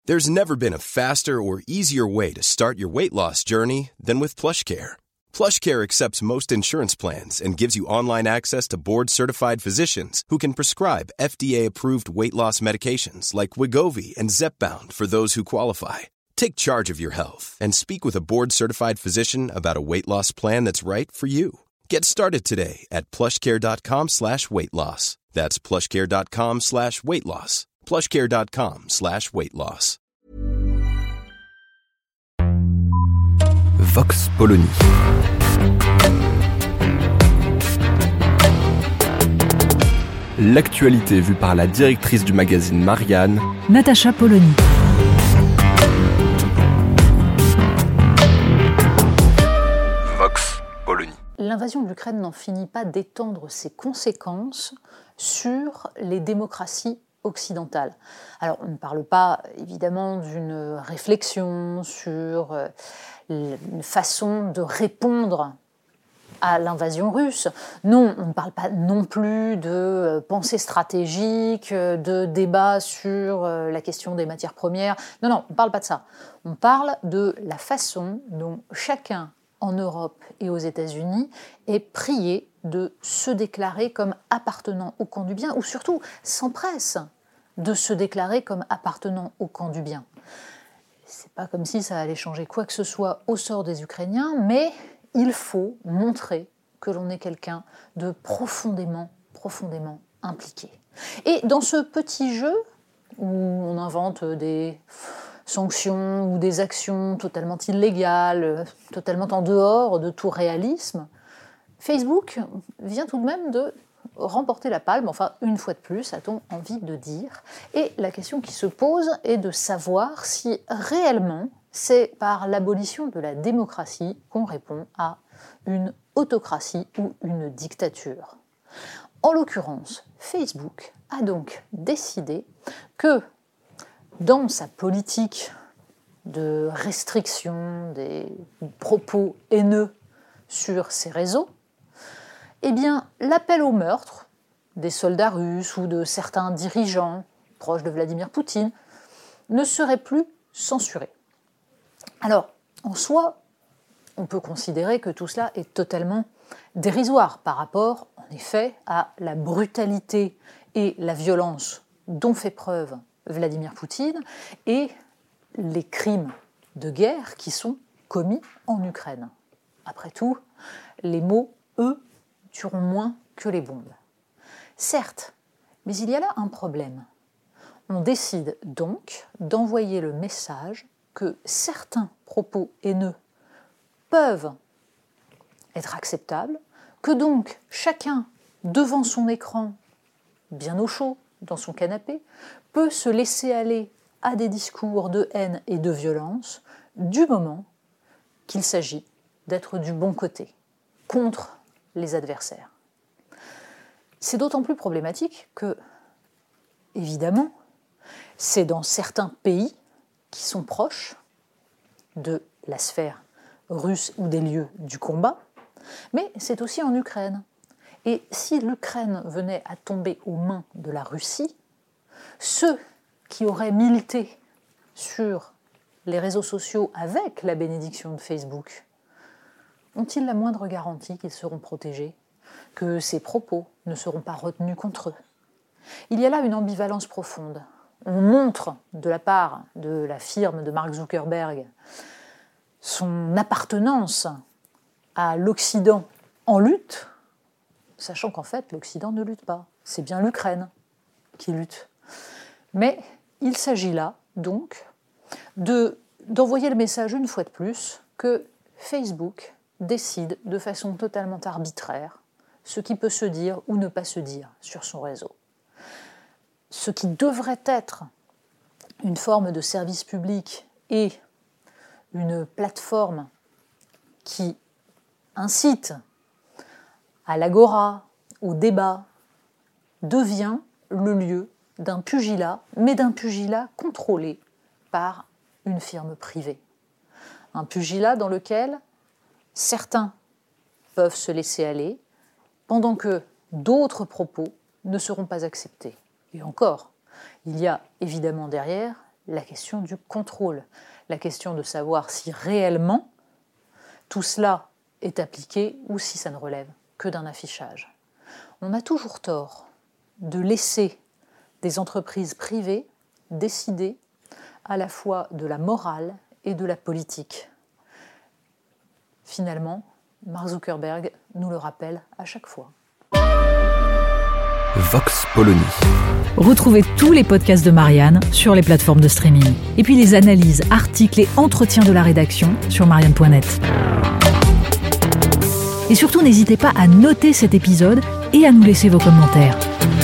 There's never been a faster or easier way to start your weight loss journey than with PlushCare. PlushCare accepts most insurance plans and gives you online access to board-certified physicians who can prescribe FDA-approved weight loss medications like Wegovy and Zepbound for those who qualify. Take charge of your health and speak with a board-certified physician about a weight loss plan that's right for you. Get started today at plushcare.com/weight loss. That's plushcare.com/weight loss. plushcare.com/weight loss. Vox Polony. L'actualité vue par la directrice du magazine Marianne, Natacha Polony. Vox Polony. L'invasion de l'Ukraine n'en finit pas d'étendre ses conséquences sur les démocraties occidentales. Alors, on ne parle pas évidemment d'une réflexion sur une façon de répondre à l'invasion russe. Non, on ne parle pas non plus de pensée stratégique, de débat sur la question des matières premières. Non, on ne parle pas de ça. On parle de la façon dont chacun en Europe et aux États-Unis est prié de se déclarer comme appartenant au camp du bien, ou surtout s'empresse de se déclarer comme appartenant au camp du bien. C'est pas comme si ça allait changer quoi que ce soit au sort des Ukrainiens, mais il faut montrer que l'on est quelqu'un de profondément impliqué. Et dans ce petit jeu, où on invente des sanctions ou des actions totalement illégales, totalement en dehors de tout réalisme, Facebook vient tout de même de remporter la palme, enfin une fois de plus, a-t-on envie de dire. Et la question qui se pose est de savoir si réellement c'est par l'abolition de la démocratie qu'on répond à une autocratie ou une dictature. En l'occurrence, Facebook a donc décidé que dans sa politique de restriction des propos haineux sur ses réseaux, eh bien, l'appel au meurtre des soldats russes ou de certains dirigeants proches de Vladimir Poutine ne serait plus censuré. Alors, en soi, on peut considérer que tout cela est totalement dérisoire par rapport, en effet, à la brutalité et la violence dont fait preuve Vladimir Poutine et les crimes de guerre qui sont commis en Ukraine. Après tout, les mots, eux, tueront moins que les bombes. Certes, mais il y a là un problème. On décide donc d'envoyer le message que certains propos haineux peuvent être acceptables, que donc chacun, devant son écran, bien au chaud, dans son canapé, peut se laisser aller à des discours de haine et de violence du moment qu'il s'agit d'être du bon côté, contre les adversaires. C'est d'autant plus problématique que, évidemment, c'est dans certains pays qui sont proches de la sphère russe ou des lieux du combat, mais c'est aussi en Ukraine. Et si l'Ukraine venait à tomber aux mains de la Russie, ceux qui auraient milité sur les réseaux sociaux avec la bénédiction de Facebook, ont-ils la moindre garantie qu'ils seront protégés, que ces propos ne seront pas retenus contre eux? Il y a là une ambivalence profonde. On montre, de la part de la firme de Mark Zuckerberg, son appartenance à l'Occident en lutte, sachant qu'en fait, l'Occident ne lutte pas. C'est bien l'Ukraine qui lutte. Mais il s'agit là, donc, d'envoyer le message une fois de plus que Facebook décide de façon totalement arbitraire ce qui peut se dire ou ne pas se dire sur son réseau. Ce qui devrait être une forme de service public et une plateforme qui incite à l'agora, au débat, devient le lieu d'un pugilat, mais d'un pugilat contrôlé par une firme privée. Un pugilat dans lequel certains peuvent se laisser aller, pendant que d'autres propos ne seront pas acceptés. Et encore, il y a évidemment derrière la question du contrôle, la question de savoir si réellement tout cela est appliqué ou si ça ne relève que d'un affichage. On a toujours tort de laisser des entreprises privées décider à la fois de la morale et de la politique. Finalement, Mark Zuckerberg nous le rappelle à chaque fois. Vox Polony. Retrouvez tous les podcasts de Marianne sur les plateformes de streaming. Et puis les analyses, articles et entretiens de la rédaction sur marianne.net. Et surtout, n'hésitez pas à noter cet épisode et à nous laisser vos commentaires.